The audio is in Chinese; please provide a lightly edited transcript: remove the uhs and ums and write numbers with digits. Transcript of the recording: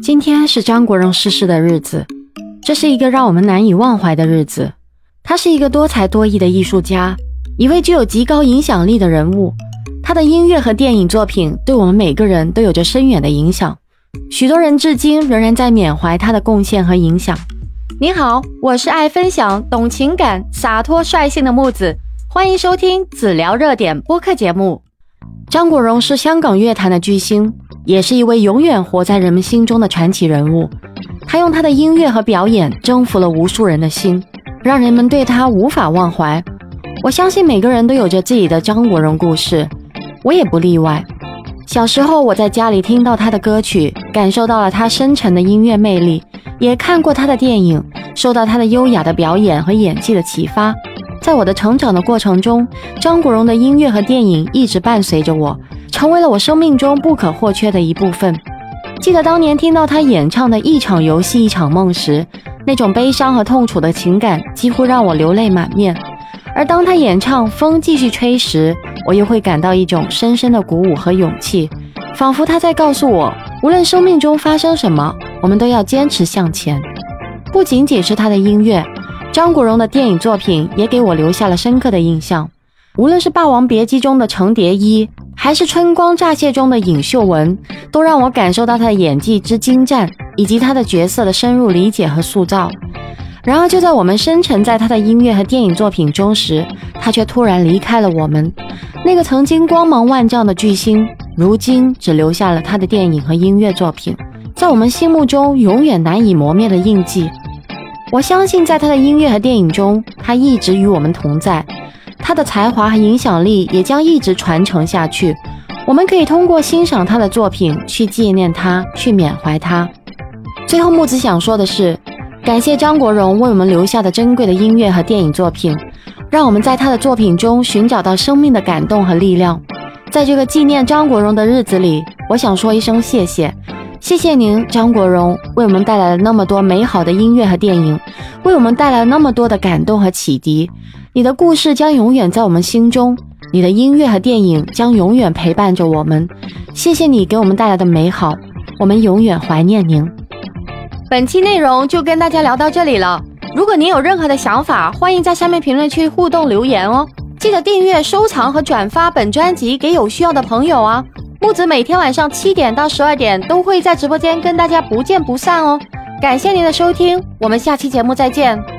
今天是张国荣逝世的日子，这是一个让我们难以忘怀的日子。他是一个多才多艺的艺术家，一位具有极高影响力的人物。他的音乐和电影作品对我们每个人都有着深远的影响，许多人至今仍然在缅怀他的贡献和影响。你好，我是爱分享、懂情感、洒脱率性的木子，欢迎收听子聊热点播客节目。张国荣是香港乐坛的巨星，也是一位永远活在人们心中的传奇人物。他用他的音乐和表演征服了无数人的心，让人们对他无法忘怀。我相信每个人都有着自己的张国荣故事，我也不例外。小时候我在家里听到他的歌曲，感受到了他深沉的音乐魅力，也看过他的电影，受到他的优雅的表演和演技的启发。在我的成长的过程中，张国荣的音乐和电影一直伴随着我，成为了我生命中不可或缺的一部分。记得当年听到他演唱的《一场游戏一场梦》时，那种悲伤和痛楚的情感几乎让我流泪满面。而当他演唱《风继续吹》时，我又会感到一种深深的鼓舞和勇气，仿佛他在告诉我，无论生命中发生什么，我们都要坚持向前。不仅仅是他的音乐，张国荣的电影作品也给我留下了深刻的印象。无论是《霸王别姬》中的程蝶衣，还是《春光乍泄》中的尹秀文，都让我感受到他的演技之精湛，以及他的角色的深入理解和塑造。然而就在我们深沉在他的音乐和电影作品中时，他却突然离开了我们。那个曾经光芒万丈的巨星，如今只留下了他的电影和音乐作品，在我们心目中永远难以磨灭的印记。我相信在他的音乐和电影中，他一直与我们同在，他的才华和影响力也将一直传承下去。我们可以通过欣赏他的作品去纪念他，去缅怀他。最后木子想说的是，感谢张国荣为我们留下的珍贵的音乐和电影作品，让我们在他的作品中寻找到生命的感动和力量。在这个纪念张国荣的日子里，我想说一声谢谢。谢谢您，张国荣，为我们带来了那么多美好的音乐和电影，为我们带来了那么多的感动和启迪。你的故事将永远在我们心中，你的音乐和电影将永远陪伴着我们。谢谢你给我们带来的美好，我们永远怀念您。本期内容就跟大家聊到这里了。如果您有任何的想法，欢迎在下面评论区互动留言哦。记得订阅、收藏和转发本专辑给有需要的朋友啊。木子每天晚上7点到12点都会在直播间跟大家不见不散哦。感谢您的收听，我们下期节目再见。